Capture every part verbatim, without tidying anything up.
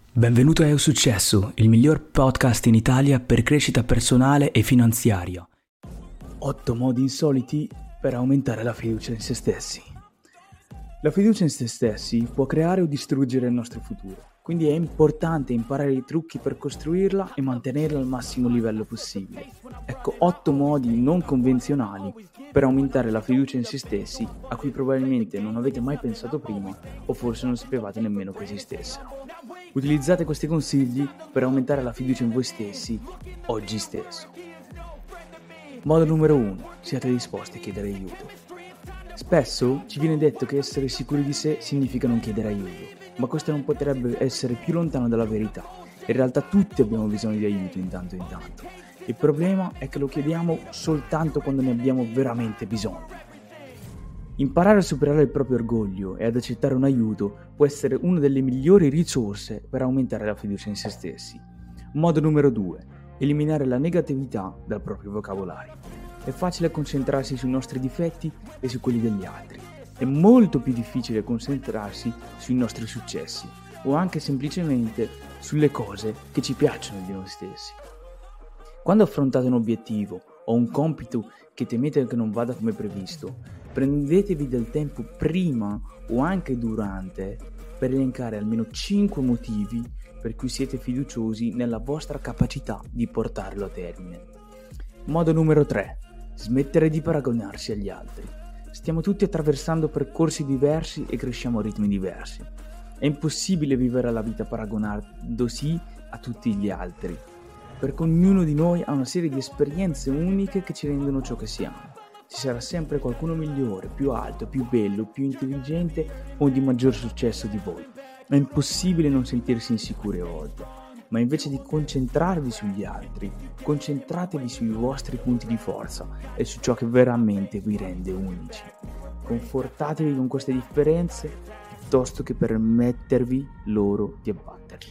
Benvenuto a Eu Successo, il miglior podcast in Italia per crescita personale e finanziaria. otto modi insoliti per aumentare la fiducia in se stessi. La fiducia in se stessi può creare o distruggere il nostro futuro, quindi è importante imparare i trucchi per costruirla e mantenerla al massimo livello possibile. Ecco otto modi non convenzionali per aumentare la fiducia in se stessi a cui probabilmente non avete mai pensato prima o forse non sapevate nemmeno che esistessero. Utilizzate questi consigli per aumentare la fiducia in voi stessi oggi stesso. Modo numero uno. Siate disposti a chiedere aiuto. Spesso ci viene detto che essere sicuri di sé significa non chiedere aiuto, ma questo non potrebbe essere più lontano dalla verità. In realtà tutti abbiamo bisogno di aiuto intanto in tanto. Il problema è che lo chiediamo soltanto quando ne abbiamo veramente bisogno. Imparare a superare il proprio orgoglio e ad accettare un aiuto può essere una delle migliori risorse per aumentare la fiducia in se stessi. Modo numero due. Eliminare la negatività dal proprio vocabolario. È facile concentrarsi sui nostri difetti e su quelli degli altri. È molto più difficile concentrarsi sui nostri successi o anche semplicemente sulle cose che ci piacciono di noi stessi. Quando affrontate un obiettivo o un compito che temete che non vada come previsto, prendetevi del tempo prima o anche durante per elencare almeno cinque motivi per cui siete fiduciosi nella vostra capacità di portarlo a termine. Modo numero tre. Smettere di paragonarsi agli altri. Stiamo tutti attraversando percorsi diversi e cresciamo a ritmi diversi. È impossibile vivere la vita paragonandosi a tutti gli altri, perché ognuno di noi ha una serie di esperienze uniche che ci rendono ciò che siamo. Ci sarà sempre qualcuno migliore, più alto, più bello, più intelligente o di maggior successo di voi. È impossibile non sentirsi insicuri a volte, ma invece di concentrarvi sugli altri, concentratevi sui vostri punti di forza e su ciò che veramente vi rende unici. Confortatevi con queste differenze piuttosto che permettervi loro di abbattervi.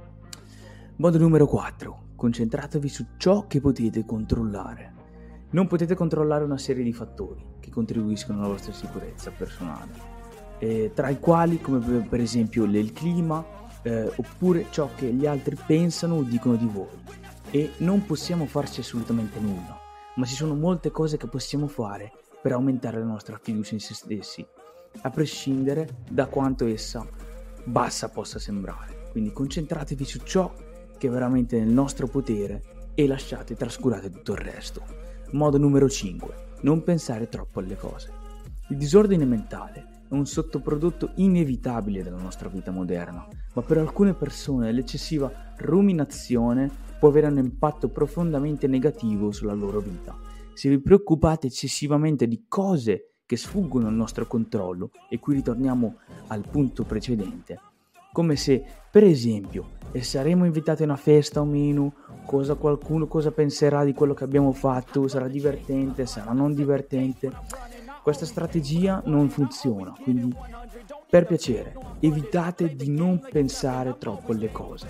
Modo numero quattro. Concentratevi su ciò che potete controllare. Non potete controllare una serie di fattori che contribuiscono alla vostra sicurezza personale, eh, tra i quali come per esempio il clima eh, oppure ciò che gli altri pensano o dicono di voi, e non possiamo farci assolutamente nulla, ma ci sono molte cose che possiamo fare per aumentare la nostra fiducia in se stessi, a prescindere da quanto essa bassa possa sembrare. Quindi concentratevi su ciò che è veramente nel nostro potere e lasciate trascurare tutto il resto. Modo numero cinque. Non pensare troppo alle cose. Il disordine mentale è un sottoprodotto inevitabile della nostra vita moderna, ma per alcune persone l'eccessiva ruminazione può avere un impatto profondamente negativo sulla loro vita. Se vi preoccupate eccessivamente di cose che sfuggono al nostro controllo, e qui ritorniamo al punto precedente, come se, per esempio, e saremo invitati a una festa o meno, cosa qualcuno cosa penserà di quello che abbiamo fatto, sarà divertente, sarà non divertente. Questa strategia non funziona, quindi per piacere evitate di non pensare troppo alle cose.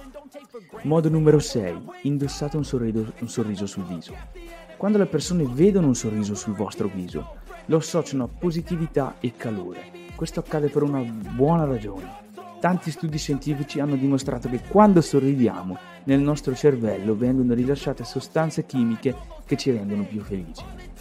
Modo numero sei. Indossate un sorriso, un sorriso sul viso. Quando le persone vedono un sorriso sul vostro viso, lo associano a positività e calore. Questo accade per una buona ragione. Tanti studi scientifici hanno dimostrato che quando sorridiamo, nel nostro cervello vengono rilasciate sostanze chimiche che ci rendono più felici.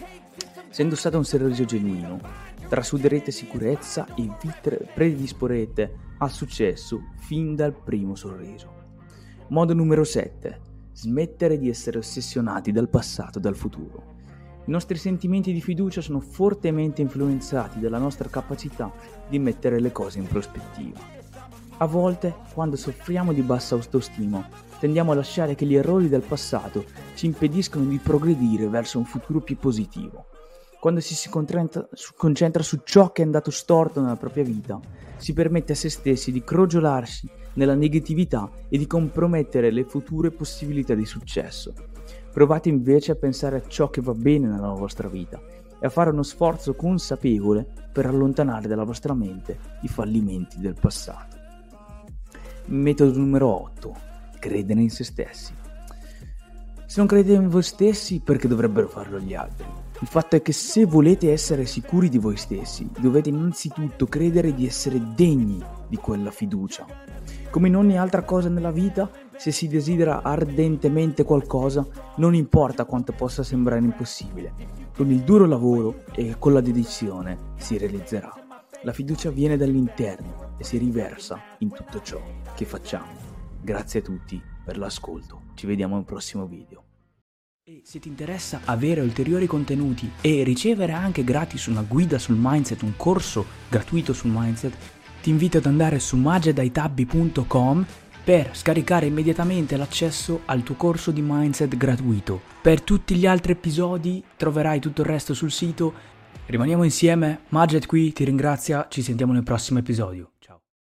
Se indossate un sorriso genuino, trasuderete sicurezza e vi predisporrete al successo fin dal primo sorriso. Modo numero sette. Smettere di essere ossessionati dal passato e dal futuro. I nostri sentimenti di fiducia sono fortemente influenzati dalla nostra capacità di mettere le cose in prospettiva. A volte, quando soffriamo di bassa autostima, tendiamo a lasciare che gli errori del passato ci impediscono di progredire verso un futuro più positivo. Quando ci si concentra su ciò che è andato storto nella propria vita, si permette a se stessi di crogiolarsi nella negatività e di compromettere le future possibilità di successo. Provate invece a pensare a ciò che va bene nella vostra vita e a fare uno sforzo consapevole per allontanare dalla vostra mente i fallimenti del passato. Metodo numero otto. Credere in se stessi. Se non credete in voi stessi, perché dovrebbero farlo gli altri? Il fatto è che se volete essere sicuri di voi stessi, dovete innanzitutto credere di essere degni di quella fiducia. Come in ogni altra cosa nella vita, se si desidera ardentemente qualcosa, non importa quanto possa sembrare impossibile, con il duro lavoro e con la dedizione si realizzerà. La fiducia viene dall'interno e si riversa in tutto ciò che facciamo. Grazie a tutti per l'ascolto, ci vediamo al prossimo video. E se ti interessa avere ulteriori contenuti e ricevere anche gratis una guida sul mindset, un corso gratuito sul mindset, ti invito ad andare su magedaitabbi punto com per scaricare immediatamente l'accesso al tuo corso di mindset gratuito. Per tutti gli altri episodi troverai tutto il resto sul sito. Rimaniamo insieme, Maged qui ti ringrazia, ci sentiamo nel prossimo episodio.